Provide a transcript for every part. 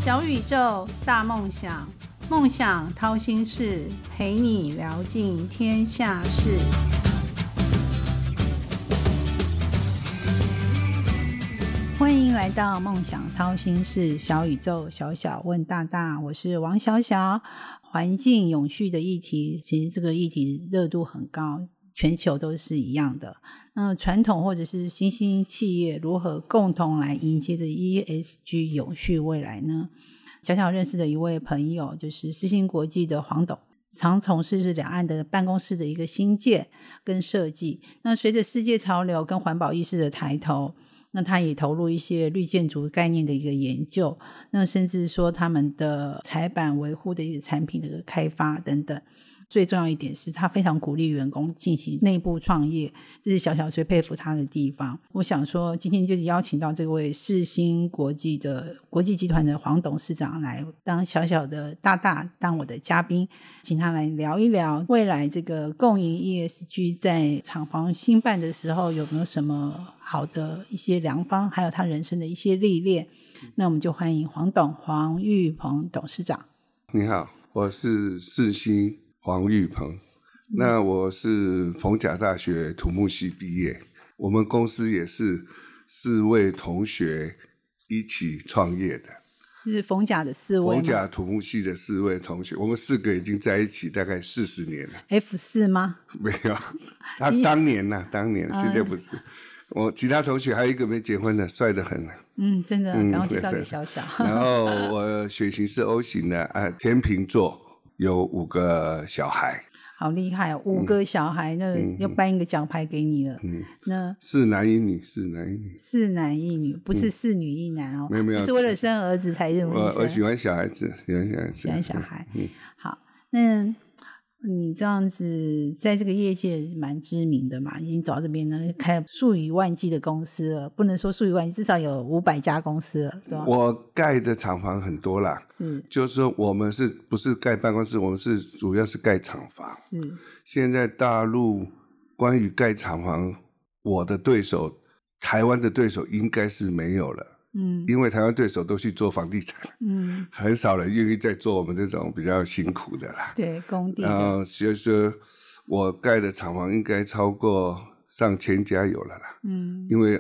小宇宙，大梦想，梦想掏心事，陪你聊尽天下事。欢迎来到梦想掏心事，小宇宙，小小问大大，我是王小小。环境永续的议题，其实这个议题热度很高，全球都是一样的。那传统或者是新兴企业如何共同来迎接着 ESG 永续未来呢？小小认识的一位朋友就是世新国际的黄董，常从事是两岸的办公室的一个新建跟设计。那随着世界潮流跟环保意识的抬头，那他也投入一些绿建筑概念的一个研究，那甚至说他们的采板维护的一个产品的一个开发等等。最重要一点是他非常鼓励员工进行内部创业，这是小小最佩服他的地方。我想说今天就邀请到这位世新国际的国际集团的黄董事长来当小小的大大，当我的嘉宾，请他来聊一聊未来这个共赢 ESG 在厂房新办的时候有没有什么好的一些良方，还有他人生的一些历练。那我们就欢迎黄玉鹏董事长。 你好，我是世新黄玉鹏，那我是逢甲大学土木系毕业，我们公司也是4位同学一起创业的， 就是逢甲的4位吗？ 逢甲土木系的4位同学，我们4个已经在一起大概40年了。 F4 吗？ 没有，他当年现在不是。我其他同学还有一个没结婚的，帅得很。 真的，赶快介绍给小小。 然后我血型是 O 型的，天秤座，有5个小孩。 好厉害哦，5个小孩，那要颁一个奖牌给你了。那 4男1女， 四男一女，不是4女1男哦。 没有， 不是为了生儿子才这么生。 我喜欢小孩子，喜欢小孩。好，那你这样子在这个业界蛮知名的嘛，已经走到这边呢，开了数以万计的公司了，不能说数以万计，至少有500家公司了，对吧？ 我盖的厂房很多啦，就是说我们不是盖办公室，我们主要是盖厂房。现在大陆关于盖厂房，我的对手，台湾的对手应该是没有了。因为台湾对手都去做房地产，很少人愿意再做我们这种比较辛苦的啦。 对，工地的。 然后所以说我盖的厂房应该超过上千家有了啦。因为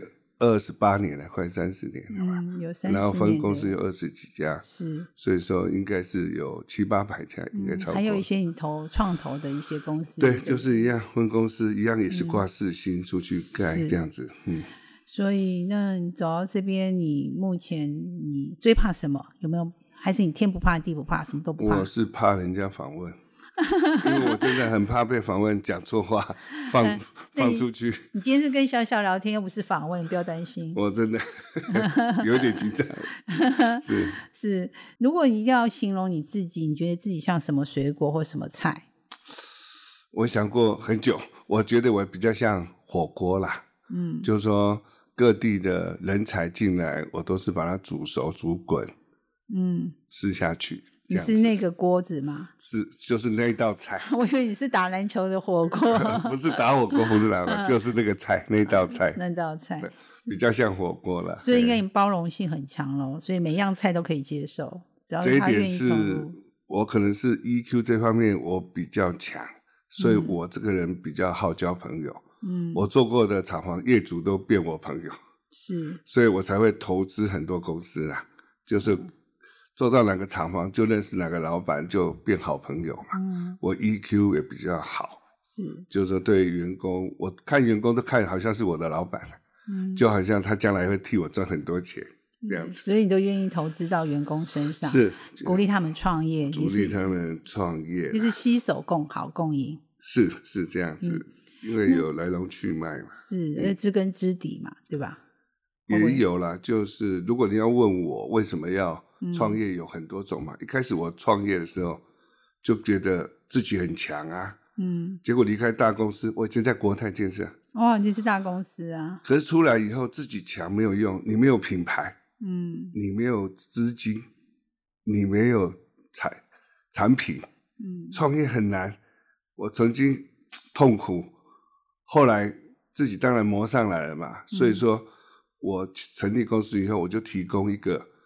28年了，快30年了嘛。 有30年。 然后分公司有20几家，所以说应该是有700-800家，应该超过。 还有一些你创投的一些公司。 对，就是一样，分公司一样也是挂世新出去盖这样子。 所以那你走到这边，你目前你最怕什么？有没有？还是你天不怕地不怕，什么都不怕？ 我是怕人家访问。因为我真的很怕被访问，讲错话放出去。 你今天是跟小小聊天，又不是访问，不要担心。 我真的有点紧张。 是，如果你要形容你自己，你觉得自己像什么水果或什么菜？ 我想过很久，我觉得我比较像火锅啦。就是说各地的人才进来，我都是把它煮熟煮滚，吃下去。 你是那个锅子吗？ 是，就是那一道菜。 我以为你是打篮球的火锅。 不是打火锅，不是打火锅，就是那个菜，那一道菜。 那道菜比较像火锅了。 所以应该你包容性很强咯，所以每样菜都可以接受，只要是他愿意投入。这一点是我可能是 EQ 这方面我比较强，所以我这个人比较好交朋友。我做过的厂房业主都变我朋友，所以我才会投资很多公司啦，就是做到哪个厂房就认识哪个老板，就变好朋友嘛。我 EQ 也比较好，就是说对员工，我看员工都看好像是我的老板，就好像他将来会替我赚很多钱这样子。 所以你都愿意投资到员工身上，鼓励他们创业， 鼓励他们创业， 就是携手共好共赢， 是这样子。因为有来龙去脉嘛， 知根知底嘛，对吧？ 也有啦，就是如果你要问我为什么要创业，有很多种嘛。一开始我创业的时候就觉得自己很强啊，结果离开大公司，我以前在国泰建设， 你是大公司啊， 可是出来以后自己强没有用，你没有品牌，你没有资金，你没有产品，创业很难。我曾经痛苦。后来自己当然磨上来了嘛，所以说我成立公司以后，我就提供一个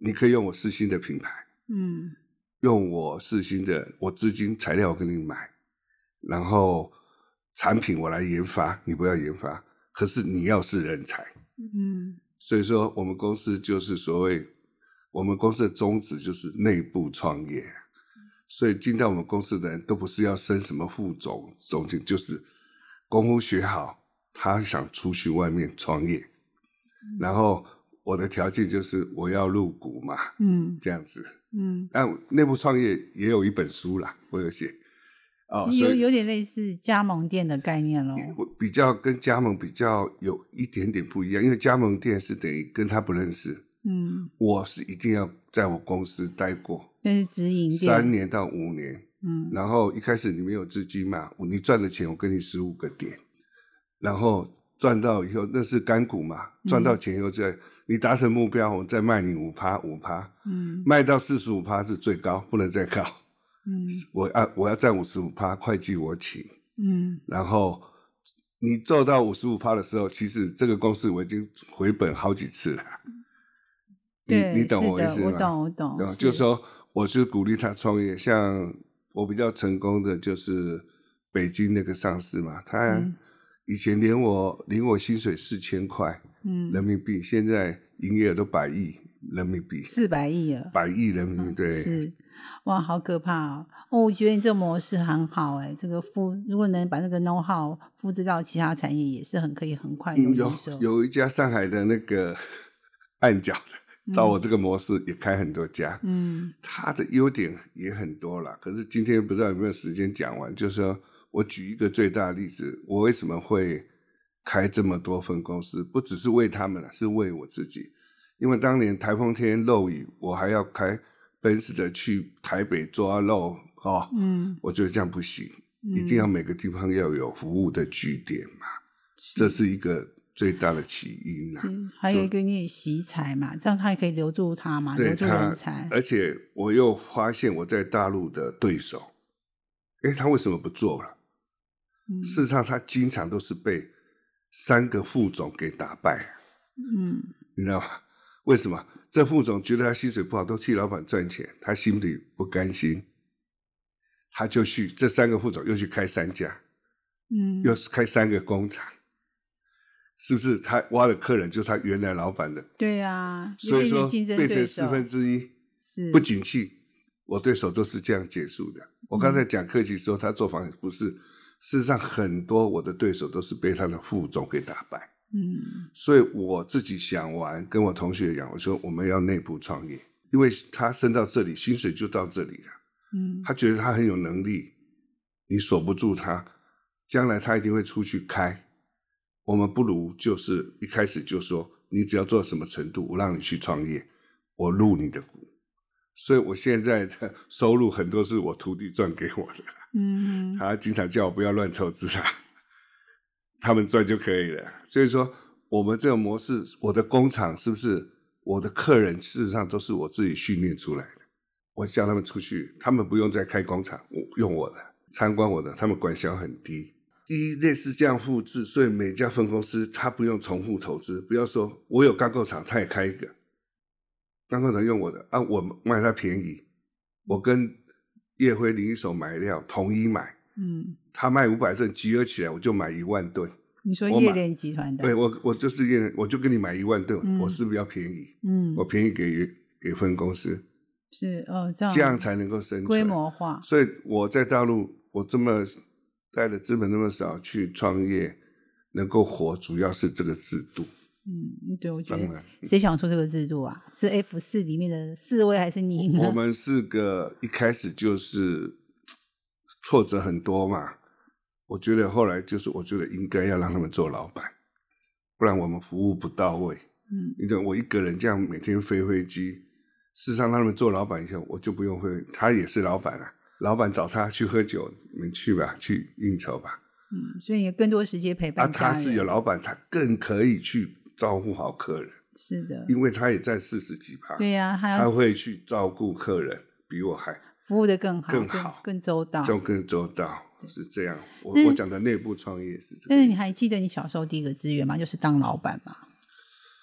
你可以用我世新的品牌，用我世新的我资金材料我给你买，然后产品我来研发，你不要研发，可是你要是人才。所以说我们公司就是所谓，我们公司的宗旨就是内部创业，所以进到我们公司的人都不是要升什么副总、总经，就是功夫学好，他想出去外面创业，然后我的条件就是我要入股嘛，这样子，但内部创业也有一本书啦，我有写， 有点类似加盟店的概念咯。 比较跟加盟比较有一点点不一样，因为加盟店是等于跟他不认识，我是一定要在我公司待过， 那是直营店 3年到5年，然后一开始你没有资金嘛，你赚的钱我给你15个点，然后赚到以后那是干股嘛，赚到钱以后再你达成目标，我再卖你 5%， 卖到 45% 是最高，不能再高，我要占 55%， 会计我请，然后你做到 55% 的时候，其实这个公司我已经回本好几次了，你懂我意思吗？ 我懂， 就是说我是鼓励他创业，像我比较成功的就是北京那个上市嘛，他以前领我薪水4000块人民币，现在营业额都100亿人民币 ，400亿了 ，100亿人民币，对， 是，哇，好可怕我觉得你这个模式很好这个如果能把这个 know how 复制到其他产业，也是可以很快有一家上海的那个按脚的，照我这个模式也开很多家，它的优点也很多啦，可是今天不知道有没有时间讲完，就是说我举一个最大的例子，我为什么会开这么多分公司，不只是为他们是为我自己，因为当年台风天漏雨，我还要开奔驰的去台北抓漏我觉得这样不行，一定要每个地方要有服务的据点嘛，这是一个最大的起因还有一个你也惜才嘛，这样他也可以留住他嘛，留住人才。 而且我又发现我在大陆的对手，他为什么不做了？事实上他经常都是被3个副总给打败，你知道吗？为什么？这副总觉得他薪水不好，都替老板赚钱，他心里不甘心，他就去这3个副总又去开3家，又是开3个工厂，是不是？他挖的客人就是他原来老板的， 对啊， 所以说变成1/4， 是不景气，我对手都是这样结束的。我刚才讲客气说他做法不是，事实上很多我的对手都是被他的副总给打败。所以我自己想完跟我同学讲，我说我们要内部创业，因为他升到这里薪水就到这里了，他觉得他很有能力，你锁不住他，将来他一定会出去开，我们不如就是一开始就说你只要做到什么程度，我让你去创业，我入你的股，所以我现在的收入很多是我徒弟赚给我的，他经常叫我不要乱投资他们赚就可以了。所以说我们这种模式，我的工厂是不是我的客人事实上都是我自己训练出来的，我叫他们出去，他们不用再开工厂，用我的参观我的，他们管销很低，类似这样复制，所以每家分公司他不用重复投资，不要说我有钢构厂他也开一个钢构厂用我的我卖他便宜，我跟叶辉林一手买料统一买，他卖500吨，集合起来我就买1万吨。 你说叶联集团的？ 对，我就是叶联，我就跟你买1万吨，我是不是要便宜？我便宜给分公司， 是这样才能够生存， 规模化。 所以我在大陆，我这么带的资本那么少去创业，能够活，主要是这个制度。 对，我觉得谁想出这个制度啊？是 F4 里面的4位还是你呢？ 我们4个一开始就是挫折很多嘛，我觉得后来就是我觉得应该要让他们做老板，不然我们服务不到位。你看我一个人这样每天飞飞机，事实上让他们做老板以后，我就不用飞，他也是老板老板找他去喝酒，你们去吧，去应酬吧。 所以你有更多时间陪伴他是有老板，他更可以去照顾好客人。 是的， 因为他也在40几%， 对呀， 他会去照顾客人，比我还服务的更好， 更周到， 就更周到，是这样。我讲的内部创业是这样。 但是你还记得你小时候第一个志愿吗？就是当老板嘛。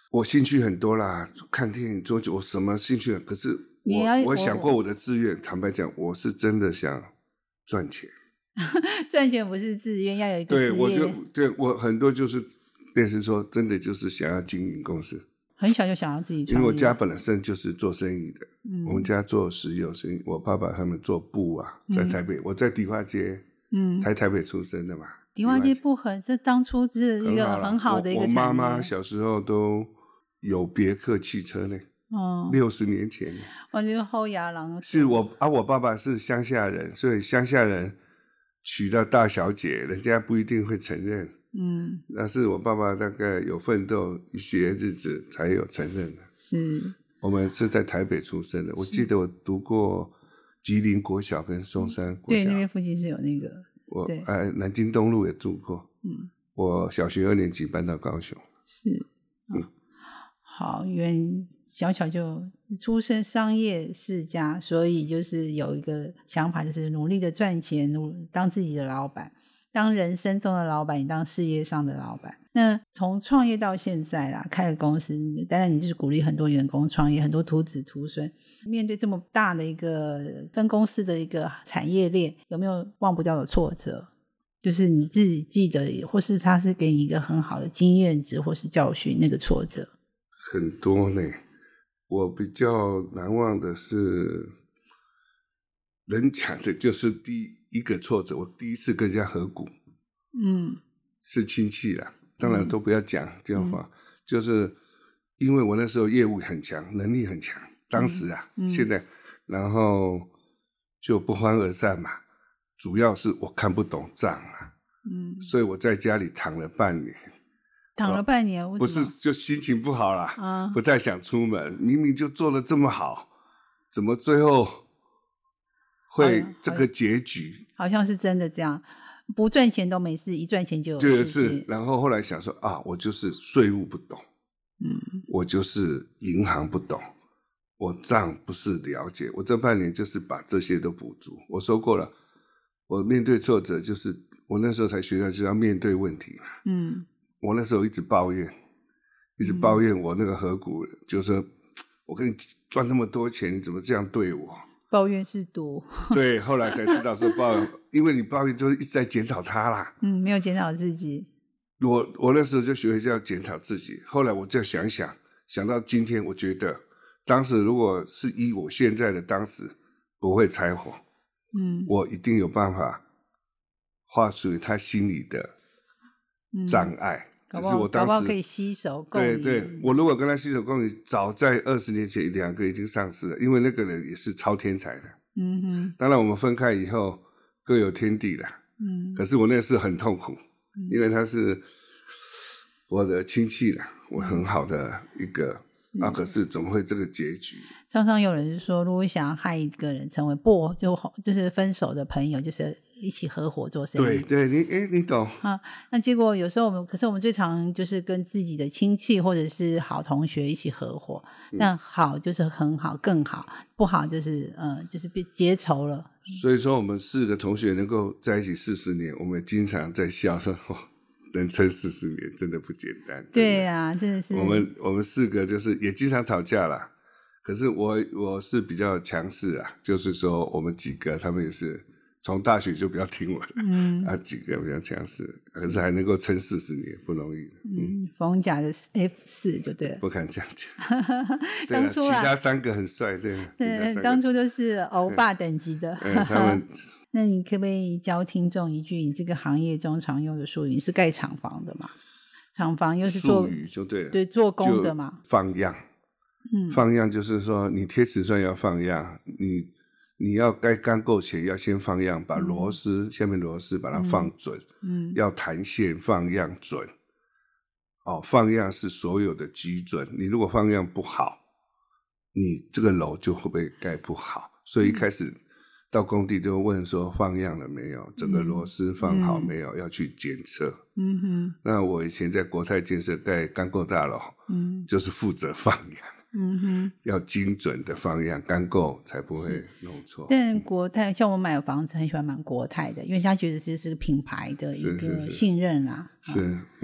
我兴趣很多啦，看电影、桌球，我什么兴趣，可是我想过我的志愿，坦白讲，我是真的想赚钱。 赚钱不是志愿，要有一个职业。 对，我很多就是类似说，真的就是想要经营公司。 很小就想要自己创业， 因为我家本身就是做生意的，我们家做石油生意，我爸爸他们做布啊，在台北，我在迪化街，台北出生的嘛。 迪化街布这当初是一个很好的一个产业。 我妈妈小时候都有别克汽车呢，60年前。 我就是后牙郎。 是我爸爸是乡下人，所以乡下人娶到大小姐，人家不一定会承认。但是我爸爸大概有奋斗一些日子才有承认的。 是， 我们是在台北出生的，我记得我读过吉林国小跟松山国小， 对，那边附近是有那个。 我南京东路也住过。我小学2年级搬到高雄。 是，好，因为小就出身商业世家，所以就是有一个想法，就是努力的赚钱，当自己的老板。当人生中的老板，你当事业上的老板。那从创业到现在啦，开了公司，当然你就是鼓励很多员工创业，很多徒子徒孙。面对这么大的一个分公司的一个产业链，有没有忘不掉的挫折？就是你自己记得，或是他是给你一个很好的经验值或是教训，那个挫折很多呢。我比较难忘的是，人讲的就是第一个挫折，我第一次跟人家合股，是亲戚啦，当然都不要讲这样话，就是因为我那时候业务很强，能力很强，当时现在然后就不欢而散嘛，主要是我看不懂账啊，所以我在家里躺了半年。 躺了半年， 不是就心情不好啦，不太想出门，明明就做得这么好，怎么最后会这个结局？ 好像是真的这样，不赚钱都没事，一赚钱就有事情。 然后后来想说我就是税务不懂，我就是银行不懂，我账不是了解，我这半年就是把这些都补足。我说过了，我面对挫折就是我那时候才学到就要面对问题嘛。我那时候一直抱怨我那个合股，就是说我跟你赚那么多钱，你怎么这样对我？ 抱怨是毒。 对，后来才知道说抱怨，因为你抱怨就是一直在检讨他啦。 没有检讨自己。 我那时候就学会要检讨自己，后来我就想到今天，我觉得当时如果是以我现在的当时不会柴火，我一定有办法画出他心里的障碍，只是我当时搞不好可以携手共赢。 对，我如果跟他携手共赢，早在20年前2个已经上市了，因为那个人也是超天才的。当然我们分开以后各有天地了。可是我那次很痛苦，因为他是我的亲戚了，我很好的一个可是怎么会这个结局？ 常常有人是说，如果想要害一个人成为就是分手的朋友，就是一起合伙做生意。 对，你懂那结果有时候我们最常就是跟自己的亲戚或者是好同学一起合伙，但好就是很好更好，不好就是被结仇了。 所以说我们4个同学能够在一起40年，我们经常在笑说能撑40年真的不简单。 对啊，真的是我们4个就是也经常吵架啦，可是我是比较强势啦，就是说我们几个他们也是从大学就比较听我的，几个比较强势，可是还能够撑40年不容易的。 逢甲的 F4 就对了， 不敢这样讲。当初其他3个很帅，对， 当初都是欧巴等级的。 他们那你可不可以教听众一句你这个行业中常用的术语？你是盖厂房的嘛？厂房又是做术语就对了， 对，做工的嘛。 放样，放样就是说你贴瓷砖要放样，你要该钢构前要先放样，把螺丝下面螺丝把它放准，要弹线放样准。放样是所有的基准，你如果放样不好，你这个楼就会不会盖不好。所以一开始到工地就问说放样了没有，整个螺丝放好没有，要去检测。那我以前在国泰建设盖钢构大楼，就是负责放样，要精准的放样，钢构才不会弄错。 但国泰像我买房子很喜欢买国泰的，因为他觉得这是个品牌的一个信任啦。 是，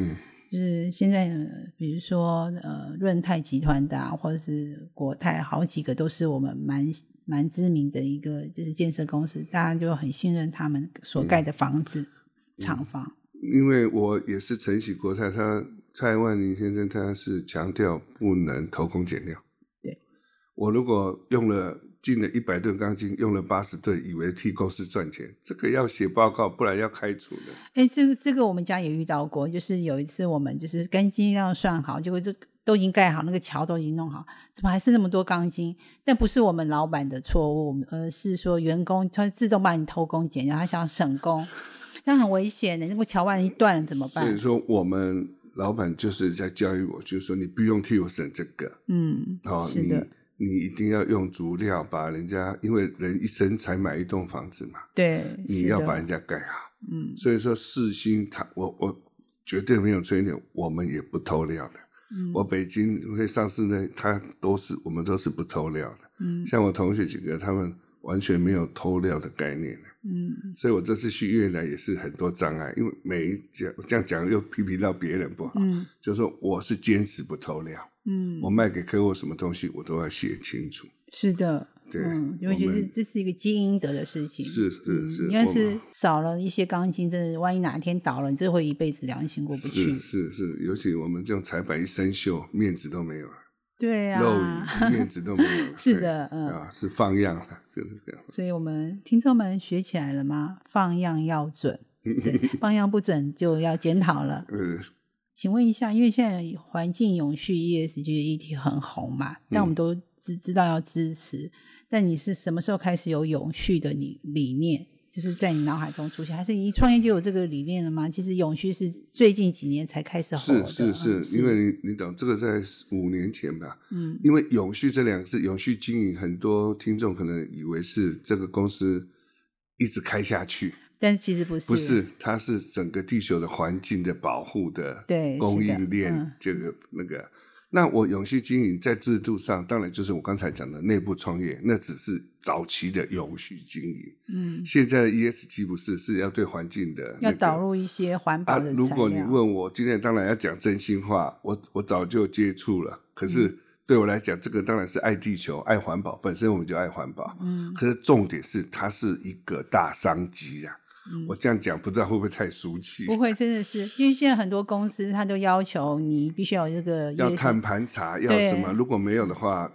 就是现在比如说润泰集团的或者是国泰，好几个都是我们蛮知名的一个就是建设公司，大家就很信任他们所盖的房子、厂房。 因为我也是承袭国泰，蔡万宁先生他是强调不能偷工减料。 对， 我如果进了100吨钢筋，用了80吨，以为替公司赚钱，这个要写报告，不然要开除的。 这个我们家也遇到过，就是有一次我们就是钢筋量算好，结果都已经盖好，那个桥都已经弄好，怎么还是那么多钢筋？但不是我们老板的错误，而是说员工他自动帮你偷工减料，他想省工，那很危险的。如果桥万一断了怎么办？ 所以说我们老板就是在教育我，就是说你不用替我省这个， 是的， 你一定要用足料把人家，因为人一生才买一栋房子嘛， 对， 你要把人家盖好。所以说世新我绝对没有吹牛，我们也不偷料的。我北京会上市呢，我们都是不偷料的。像我同学几个，他们完全没有偷料的概念。所以我这次去越南也是很多障碍，因为这样讲又批评到别人不好。就是说我是坚持不偷料。我卖给客户什么东西我都要写清楚。 是的， 对， 因为觉得这是一个积阴德的事情。 是， 你要是少了一些钢筋，真的万一哪天倒了，你这会一辈子良心过不去。 是，尤其我们这种彩版一生锈，面子都没有了。 对啊， 漏雨面子都没有了。 是的， 是放样了，就是这样。 所以我们听众们学起来了吗？放样要准，对，放样不准就要检讨了。请问一下，因为现在环境永续 ESG 的议题很红嘛，但我们都知道要支持，但你是什么时候开始有永续的理念？就是在你脑海中出现，还是你创业就有这个理念了吗？其实永续是最近几年才开始红的。 是，因为你懂这个在5年前吧。因为永续这2个字，永续经营，很多听众可能以为是这个公司一直开下去。 但其实不是， 它是整个地球的环境的保护的供应链，这个那个。那我永续经营在制度上，当然就是我刚才讲的内部创业，那只是早期的永续经营。现在的 ESG 不是要对环境的要导入一些环保的材料。 如果你问我今天当然要讲真心话，我早就接触了，可是对我来讲，这个当然是爱地球、爱环保，本身我们就爱环保。可是重点是它是一个大商机啊。我这样讲不知道会不会太俗气？ 不会，真的是，因为现在很多公司它都要求你必须要有这个要碳盘查，要什么？如果没有的话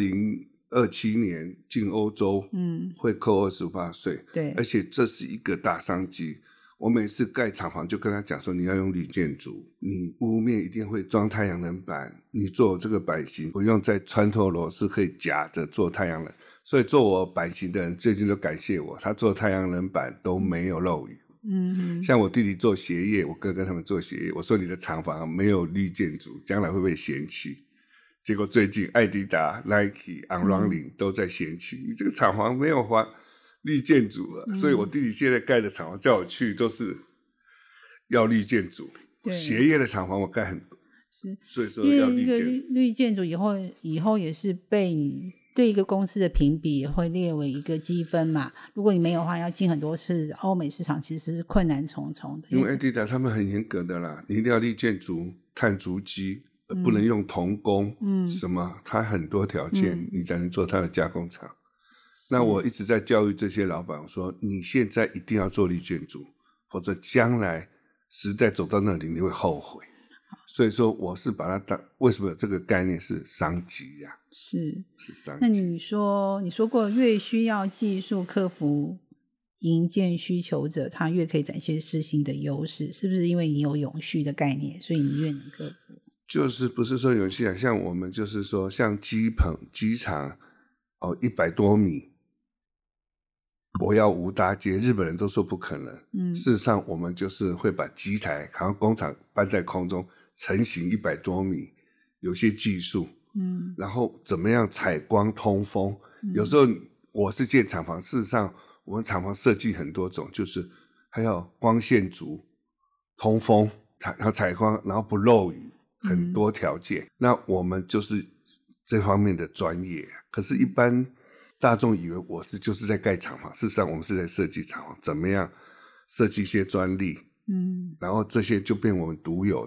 ，2027年进欧洲，会扣28%税。 对， 而且这是一个大商机。我每次盖厂房就跟他讲说，你要用铝建筑，你屋面一定会装太阳能板，你做这个版型不用再穿透螺丝，可以夹着做太阳能。所以做我版型的人最近都感谢我，他做太阳能板都没有漏雨。像我弟弟做鞋业，我哥跟他们做鞋业，我说你的厂房没有绿建筑，将来会被嫌弃。结果最近艾迪达、Nike、On Running 都在嫌弃你这个厂房没有绿建筑了。所以我弟弟现在盖的厂房叫我去都是要绿建筑。鞋业的厂房我盖很多，所以说要绿建筑以后也是被你对一个公司的评比也会列为一个积分嘛。如果你没有的话，要进很多次欧美市场，其实是困难重重的。 因为 Adidas 他们很严格的啦，你一定要绿建筑、碳足迹，不能用童工，什么，它很多条件，你才能做它的加工厂。那我一直在教育这些老板，我说你现在一定要做绿建筑，否则将来时代走到那里你会后悔。所以说我是把它当，为什么有这个概念是商机呀？是商机。 那你说过越需要技术克服营建需求者，他越可以展现世新的优势，是不是因为你有永续的概念，所以你越能克服？ 就是不是说永续啊，像我们就是说像机场100多米，我要无搭接，日本人都说不可能。事实上我们就是会把机台好像工厂搬在空中成型100多米，有些技术，然后怎么样采光通风。有时候我是建厂房，事实上我们厂房设计很多种，就是还要光线足、通风，然后采光，然后不漏雨，很多条件。那我们就是这方面的专业。可是一般大众以为我就是在盖厂房，事实上我们是在设计厂房，怎么样设计一些专利，然后这些就变我们独有的。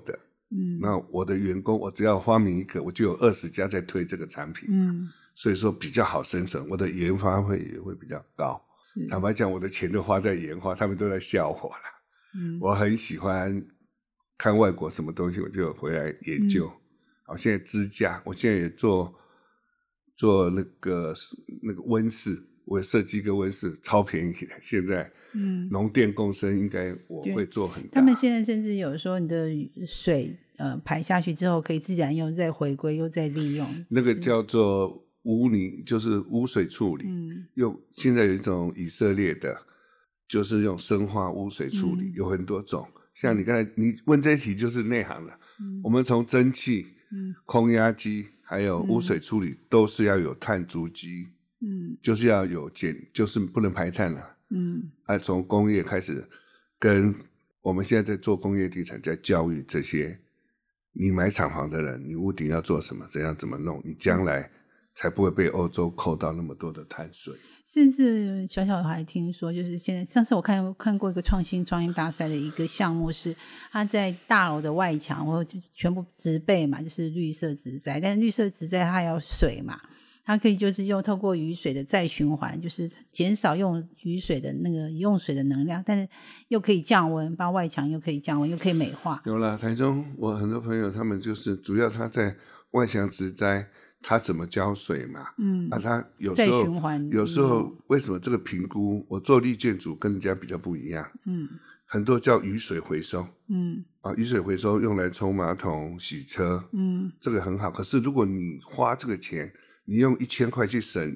那我的员工我只要发明一个，我就有20家在推这个产品，所以说比较好生存，我的研发也会比较高。坦白讲，我的钱都花在研发，他们都在笑我了。我很喜欢看外国什么东西，我就回来研究。好，现在支架，我现在也做那个温室，我设计一个温室，超便宜的。现在农电共生，应该我会做很大。 他们现在甚至有说，你的水排下去之后，可以自然又再回归，又再利用。 那个叫做污泥，就是污水处理。现在有一种以色列的，就是用生化污水处理，有很多种。像你刚才你问这一题就是内行了。我们从蒸汽、空压机还有污水处理，都是要有碳足迹，就是要有就是不能排碳了。从工业开始，跟我们现在在做工业地产，在教育这些你买厂房的人，你屋顶要做什么，怎么弄，你将来才不会被欧洲扣到那么多的碳税。 甚至小小还听说，就是现在上次我看过一个创新大赛的一个项目，是它在大楼的外墙或全部植被嘛，就是绿色植栽，但是绿色植栽它要水嘛，它可以就是透过雨水的再循环，就是减少用雨水的那个用水的能量，但是又可以降温，把外墙又可以降温，又可以美化。 有啦，台中我很多朋友他们就是主要他在外墙植栽，他怎么浇水嘛？他有时候再循环，有时候为什么这个评估，我做绿建筑跟人家比较不一样？很多叫雨水回收，雨水回收用来冲马桶、洗车，这个很好。可是如果你花这个钱，你用1000块去省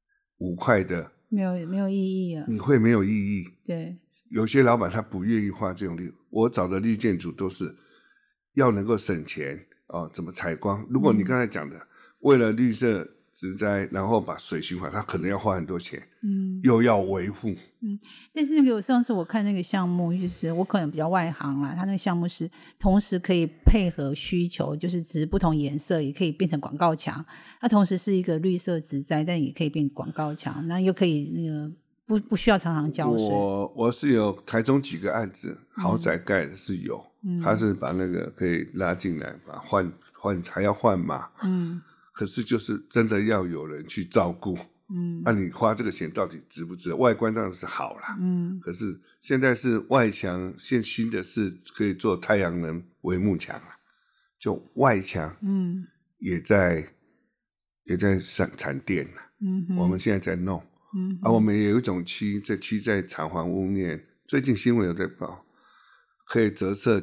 5块的， 没有意义啊！ 你会没有意义。 对， 有些老板他不愿意花这种绿，我找的绿建筑都是要能够省钱怎么采光。如果你刚才讲的，为了绿色植栽，然后把水循环，它可能要花很多钱，又要维护。 但是那个上次我看那个项目，就是我可能比较外行啦，它那个项目是同时可以配合需求，就是植不同颜色也可以变成广告墙，它同时是一个绿色植栽，但也可以变广告墙，那又可以那个不需要常常浇水。 我是有台中几个案子，豪宅盖的是有，他是把那个可以拉进来，把换还要换嘛，可是就是真的要有人去照顾，你花这个钱到底值不值？外观当然是好啦，可是现在是外墙，现新的是可以做太阳能帷幕墙啊，就外墙，也在产电啊，我们现在在弄，我们也有一种漆，这漆在厂房屋面，最近新闻有在报。可以折射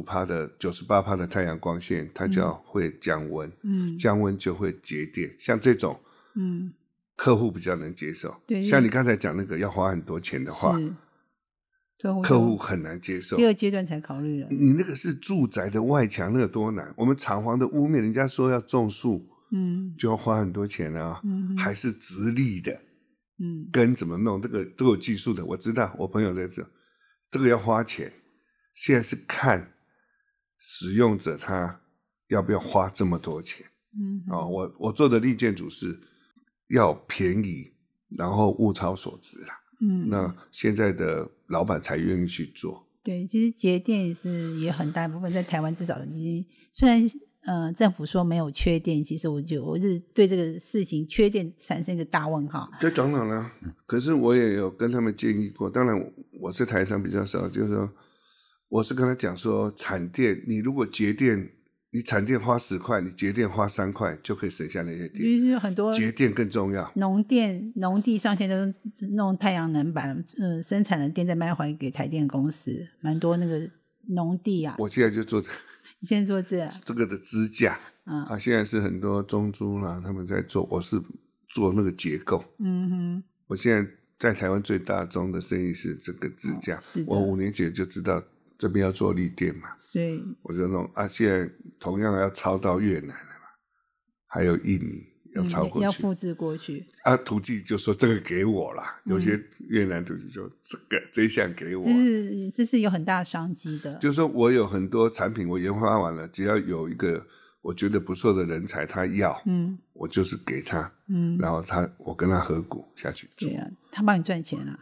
98%的太阳光线，它就会降温，降温就会节电。像这种，客户比较能接受。像你刚才讲那个要花很多钱的话，客户很难接受。 第2阶段才考虑了。 你那个是住宅的外墙，那个多难。我们厂房的屋面，人家说要种树，就要花很多钱啊，还是直立的，根怎么弄，这个都有技术的。我知道，我朋友在这个要花钱。现在是看使用者他要不要花这么多钱。我做的绿建筑是要便宜，然后物超所值啦。那现在的老板才愿意去做。 对，其实节电也很大一部分，在台湾至少已经，虽然政府说没有缺电，其实我是对这个事情缺电产生一个大问号。 对，当然了，可是我也有跟他们建议过，当然我是台商比较少，就是说我是跟他讲说，产电你如果节电，你产电花10块，你节电花3块就可以省下那些电。 其实很多节电更重要。 农地上现在都弄太阳能板，生产的电再卖回给台电公司，蛮多那个农地啊。 我现在就做你现在做这个的支架，现在是很多中租啦，他们在做，我是做那个结构。我现在在台湾最大宗的生意是这个支架。我5年前就知道这边要做绿电嘛，所以我就弄现在同样要抄到越南了嘛，还有印尼要抄过去， 要复制过去。 土地就说这个给我啦，有些越南土地就这一项给我， 这是有很大商机的。 就是说我有很多产品我研发完了，只要有一个我觉得不错的人才他要，我就是给他，然后我跟他合股下去做。 对啊，他帮你赚钱啊。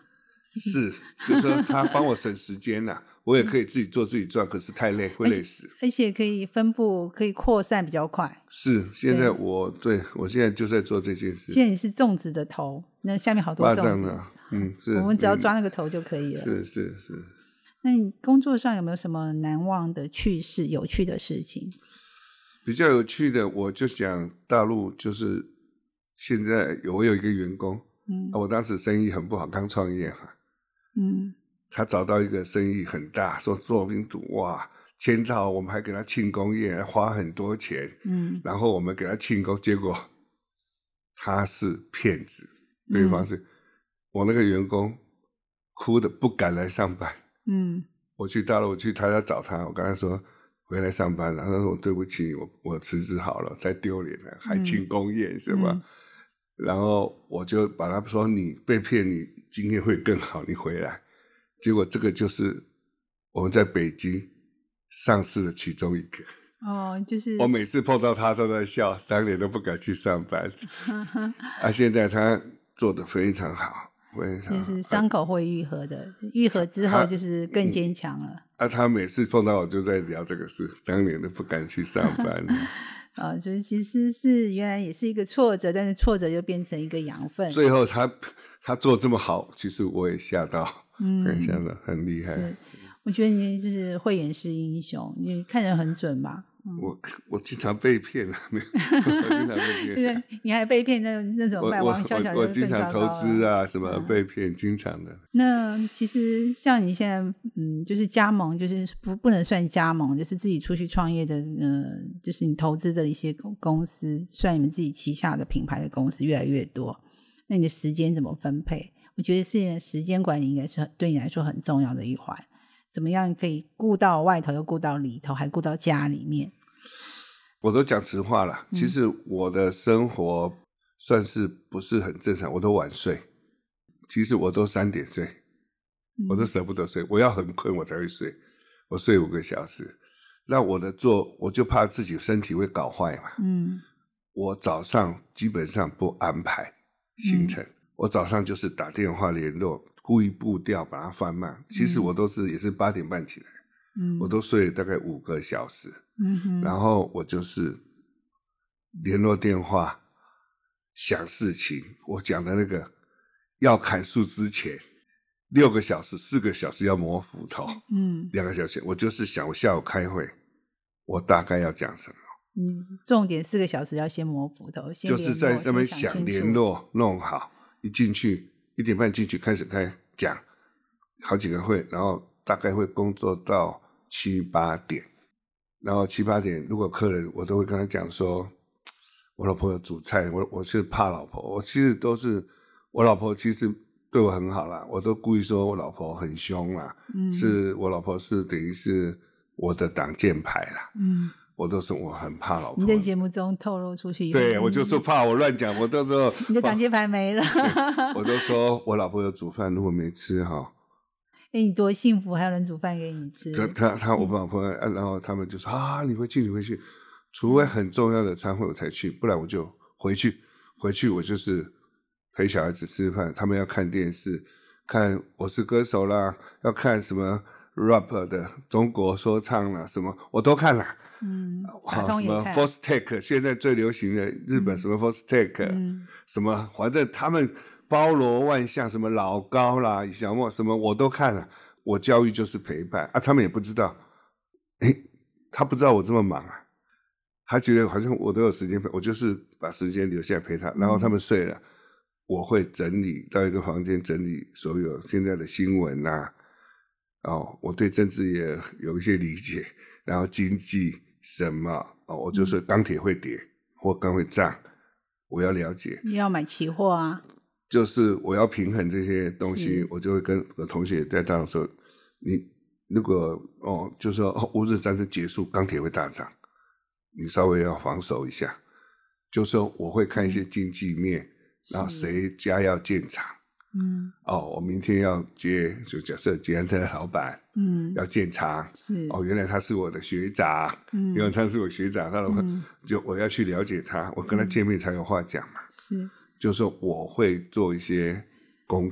是，就是说他帮我省时间啦，我也可以自己做自己赚，可是太累，会累死。 而且可以分布，可以扩散比较快。 是，现在我现在就在做这件事。 现在你是粽子的头，那下面好多粽子， 是， 我们只要抓那个头就可以了。 是。 那你工作上有没有什么难忘的趣事、有趣的事情？ 比较有趣的，我就讲大陆，就是现在我有一个员工，我当时生意很不好，刚创业嘛。他找到一个生意很大，说做冰毒，哇，签到我们还给他庆功宴，花很多钱，然后我们给他庆功，结果他是骗子，对方是我那个员工哭的不敢来上班。我去大陆去他家找他，我跟他说回来上班了，他说对不起，我辞职好了，太丢脸了，还庆功宴是吧？然后我就把他说你被骗，你今天会更好，你回来。结果这个就是我们在北京上市的其中一个。 就是我每次碰到他都在笑，当年都不敢去上班。现在他做得非常好，非常好， 就是伤口会愈合的，愈合之后就是更坚强了。 他每次碰到我就在聊这个事，当年都不敢去上班。 就是其实是原来也是一个挫折，但是挫折就变成一个养分。 最后他做这么好，其实我也吓到，吓到，很厉害。 我觉得你就是会演示英雄，你看人很准吧？ 我经常被骗了，我经常被骗。 你还被骗那种卖王小小， 我经常投资啊，什么被骗，经常的。 那其实像你现在，就是加盟，就是不能算加盟，就是自己出去创业的，就是你投资的一些公司，算你们自己旗下的品牌的公司越来越多，那你的时间怎么分配？我觉得是时间管理应该是对你来说很重要的一环。怎么样可以顾到外头又顾到里头，还顾到家里面？ 我都讲实话啦，其实我的生活算是不是很正常，我都晚睡，其实我都3点睡，我都舍不得睡，我要很困我才会睡，我睡5个小时。那我就怕自己身体会搞坏嘛，我早上基本上不安排行程，我早上就是打电话联络，故意步调把它放慢，其实我也是8点半起来，我都睡了大概5个小时，然后我就是联络电话，想事情，我讲的那个要砍树之前6个小时4个小时要磨斧头，2个小时我就是想我下午开会我大概要讲什么， 重点4个小时要先磨斧头， 就是在上面想联络弄好，一进去1点半进去开始讲好几个会，然后大概会工作到7、8点，然后7、8点如果客人我都会跟他讲说我老婆有煮菜，我是怕老婆，我其实都是我老婆其实对我很好啦，我都故意说我老婆很凶啦，是我老婆是等于是我的挡箭牌啦，我都说我很怕老婆。 你在节目中透露出去以后， 对，我就说怕我乱讲，我到时候你的挡箭牌没了。 我都说我老婆有煮饭，如果没吃哈， 你多幸福，还有人煮饭给你吃。 我老婆，然后他们就说你回去，除非很重要的餐会我才去，不然我就回去我就是陪小孩子吃饭，他们要看电视，看《我是歌手》啦，要看什么 rap 的中国说唱啦，什么我都看啦。什么 First Take 现在最流行的日本什么 First Take，什么反正他们包罗万象，什么老高啦小莫什么我都看了，我教育就是陪伴他们也不知道，他不知道我这么忙他觉得好像我都有时间陪，我就是把时间留下来陪他，然后他们睡了，我会整理到一个房间，整理所有现在的新闻我对政治也有一些理解，然后经济什么我就是钢铁会跌或钢会涨，我要了解。 你要买期货啊， 就是我要平衡这些东西，我就会跟我同学在大陆说，你如果就说乌日战争结束钢铁会大涨，你稍微要防守一下，就说我会看一些经济面，然后谁家要建厂，我明天要就假设捷安特的老板，要建厂，原来他是我的学长，因为他是我学长，就我要去了解他，我跟他见面才有话讲嘛，就说我会做一些功课，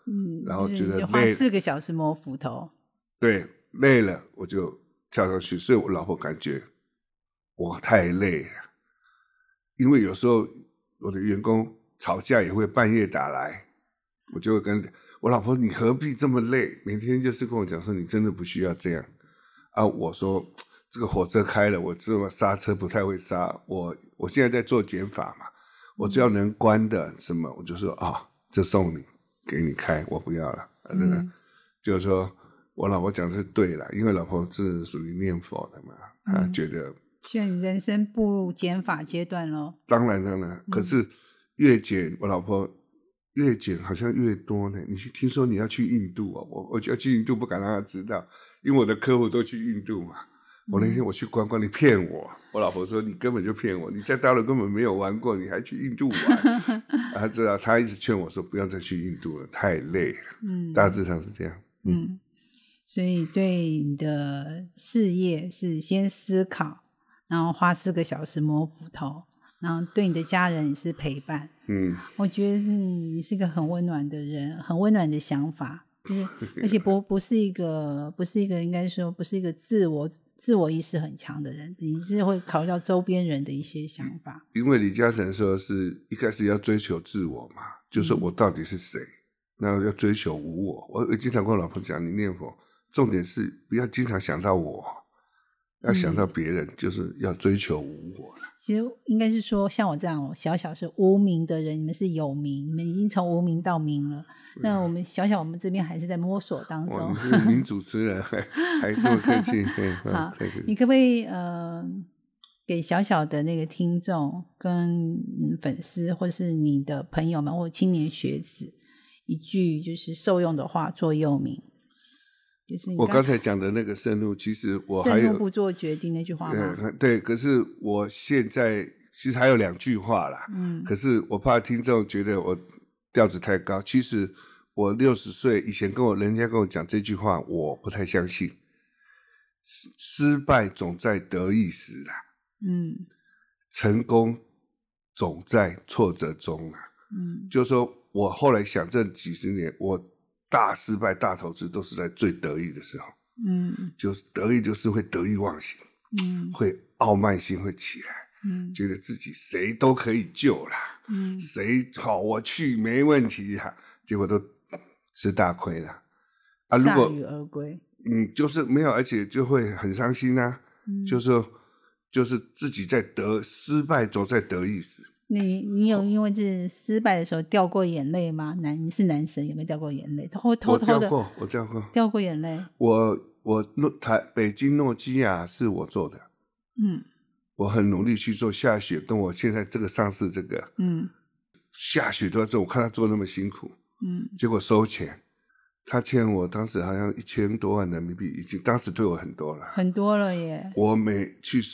然后觉得就花4个小时摸斧头， 对，累了我就跳上去，所以我老婆感觉我太累了，因为有时候我的员工吵架也会半夜打来，我就会跟我老婆，你何必这么累？每天就是跟我讲说你真的不需要这样啊。我说这个火车开了，我知道刹车不太会刹，我现在在做减法嘛，我只要能关的什么，我就说这送你，给你开，我不要了。就是说我老婆讲的是对了，因为老婆是属于念佛的嘛，她觉得所以你人生步入减法阶段咯。 当然，可是越减，我老婆越减好像越多呢。你听说你要去印度我就要去印度，不敢让她知道，因为我的客户都去印度嘛。我那天我去观光，你骗我。我老婆说你根本就骗我，你在大陆根本没有玩过，你还去印度玩。她知道，她一直劝我说不要再去印度了，太累了。大致上是这样。 所以对你的事业是先思考，然后花4个小时摸斧头，然后对你的家人也是陪伴。我觉得你是一个很温暖的人，很温暖的想法，就是而且不是一个应该说不是一个自我意识很强的人，你是会考虑到周边人的一些想法。 因为李嘉诚说是一开始要追求自我嘛，就是我到底是谁，那要追求无我。我经常跟我老婆讲，你念佛重点是不要经常想到我，要想到别人，就是要追求无我。 其实应该是说像我这样小是无名的人，你们是有名，你们已经从无名到名了。那我们我们这边还是在摸索当中。 你是名主持人还这么客气。 好，你可不可以给小的那个听众跟粉丝或是你的朋友们或青年学子一句就是受用的话座右铭？就是我刚才讲的那个盛怒，其实我还有盛怒不做决定那句话吗？ 对，可是我现在其实还有2句话啦。可是我怕听众觉得我调子太高。其实我60岁以前人家跟我讲这句话，我不太相信。失败总在得意时啦，成功总在挫折中啦。就是说我后来想这几十年，我大失败大投资都是在最得意的时候。就是得意就是会得意忘形，会傲慢心会起来，觉得自己谁都可以救啦，谁好我去没问题啦，结果都吃大亏了啊！如果铩羽而归， 就是没有，而且就会很伤心啊。就是自己在失败总在得意时。 你有因为这失败的时候掉过眼泪吗？你是男生，有没有掉过眼泪？偷偷的， 我掉过， 掉过眼泪。 北京诺基亚是我做的，我很努力去做下雪，跟我现在这个上市这个，下雪都要做，我看他做那么辛苦，结果收钱，他欠我当时好像1000多万人民币，已经当时对我很多了， 很多了耶。 我每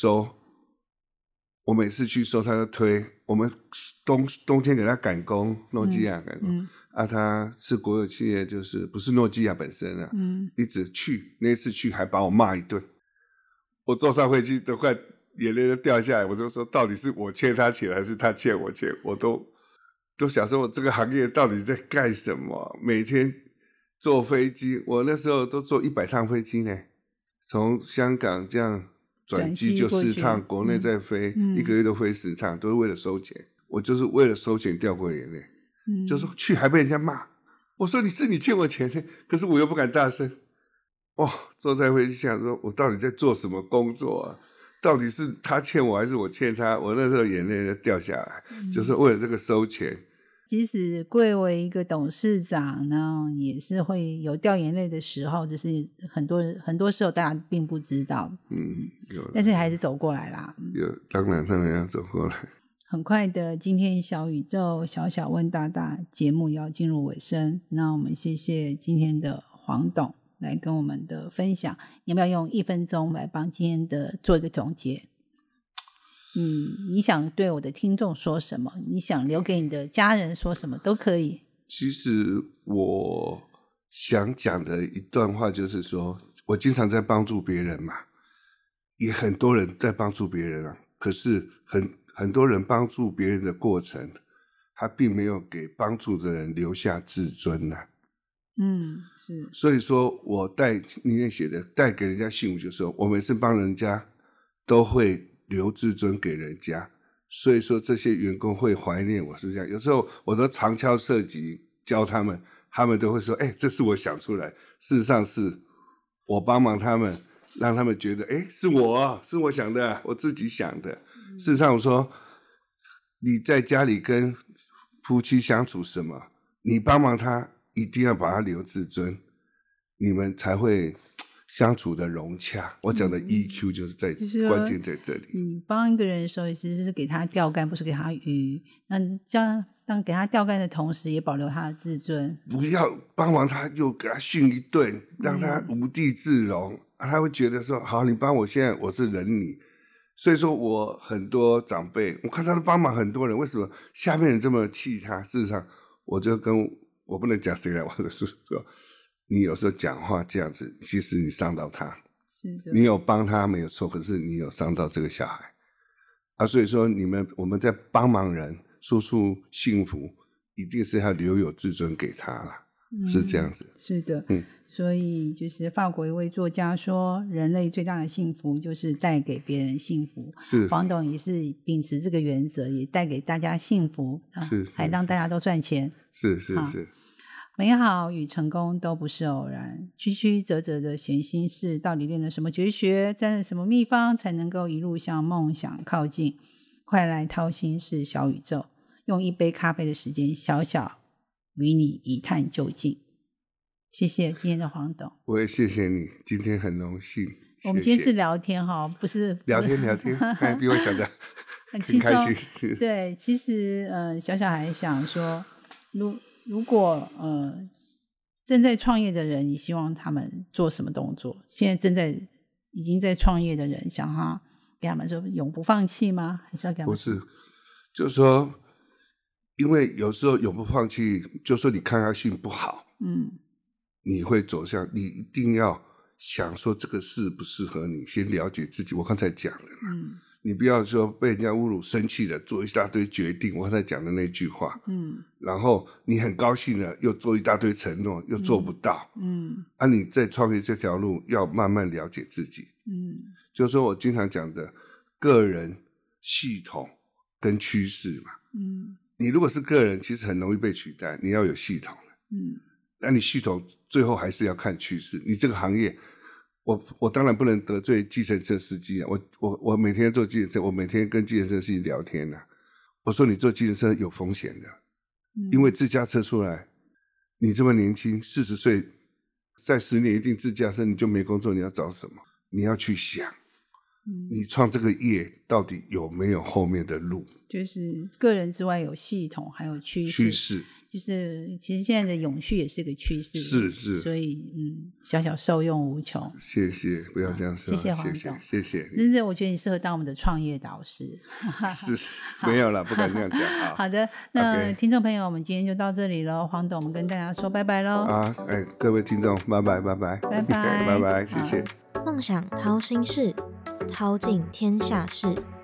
次去收，他就推我们冬天给他赶工，诺基亚赶工。他是国有企业，就是不是诺基亚本身啊，一直去，那次去还把我骂一顿，我坐上飞机都快眼泪都掉下来，我就说到底是我欠他钱还是他欠我钱，我都想说我这个行业到底在干什么，每天坐飞机，我那时候都坐100趟飞机呢，从香港这样转机就4趟，国内再飞，一个月都飞10趟，都是为了收钱，我就是为了收钱掉过眼泪。就说去还被人家骂，我说你欠我钱呢，可是我又不敢大声。坐在飞机上说我到底在做什么工作啊，到底是他欠我还是我欠他，我那时候眼泪就掉下来，就是为了这个收钱。 即使贵为一个董事长呢，也是会有掉眼泪的时候，只是很多时候大家并不知道， 有， 但是还是走过来啦。 有，当然要走过来。 很快的，今天小宇宙小小问大大节目要进入尾声，那我们谢谢今天的黄董来跟我们的分享，你要不要用1分钟来帮今天的做一个总结？你想对我的听众说什么？你想留给你的家人说什么都可以。 其实我想讲的一段话就是说，我经常在帮助别人嘛，也很多人在帮助别人啊，可是很多人帮助别人的过程，他并没有给帮助的人留下自尊啊。 是。 所以说我里面写的带给人家幸福，就是说我每次帮人家都会留自尊给人家，所以说这些员工会怀念我，是这样。有时候我都长敲侧击教他们，他们都会说这是我想出来，事实上是我帮忙他们，让他们觉得是我想的，我自己想的。事实上我说你在家里跟夫妻相处什么，你帮忙他一定要把他留自尊，你们才会相处的融洽。我讲的 EQ 就是关键在这里。 你帮一个人的时候，其实是给他钓竿，不是给他鱼。那这样当给他钓竿的同时，也保留他的自尊。 不要帮忙他又给他训一顿，让他无地自容。他会觉得说好，你帮我，现在我是忍你。所以说我很多长辈，我看他都帮忙很多人，为什么下面人这么气他？事实上我就我不能讲谁来，我就是说你有时候讲话这样子，其实你伤到他。 是的， 你有帮他没有错，可是你有伤到这个小孩所以说我们在帮忙人输出幸福，一定是要留有自尊给他啦。是这样子。 是的，所以就是法国一位作家说，人类最大的幸福就是带给别人幸福。 是， 黄董也是秉持这个原则，也带给大家幸福，还让大家都赚钱。 是。 美好与成功都不是偶然，曲曲折折的闲心事，到底练了什么绝学，沾了什么秘方，才能够一路向梦想靠近？快来掏心事小宇宙，用一杯咖啡的时间，小小与你一探究竟。谢谢今天的黄董。 我也谢谢你，今天很荣幸。 我们今天是聊天不是聊天比我想的很开心。 对，其实小小还想说，如果正在创业的人，你希望他们做什么动作？现在已经在创业的人，想给他们说永不放弃吗？还是要给他们？ 不是，就是说，因为有时候永不放弃，就说你抗压性不好，你会走向，你一定要想说这个适不适合你，先了解自己。我刚才讲的嘛，你不要说被人家侮辱生气了，做一大堆决定，我刚才讲的那句话，然后你很高兴了，又做一大堆承诺，又做不到，你在创业这条路要慢慢了解自己，就是说我经常讲的个人、系统跟趋势嘛，你如果是个人，其实很容易被取代，你要有系统的，那你系统最后还是要看趋势。你这个行业，我当然不能得罪计程车司机啊！我每天坐计程车，我每天跟计程车司机聊天啊。我说你坐计程车有风险的，因为自驾车出来，你这么年轻，40岁，在10年一定自驾车，你就没工作，你要找什么？你要去想，你创这个业到底有没有后面的路？ 就是个人之外有系统，还有趋势。就是其实现在的永续也是个趋势， 是， 所以小小受用无穷。 谢谢，不要这样说， 谢谢黄董， 谢谢。 真的，我觉得你适合当我们的创业导师。 是，没有啦，不敢这样讲。 好的，那听众朋友，我们今天就到这里了。黄董，我们跟大家说拜拜喽。 各位听众，拜拜， 拜拜， 谢谢。 梦想掏心事，掏尽天下事。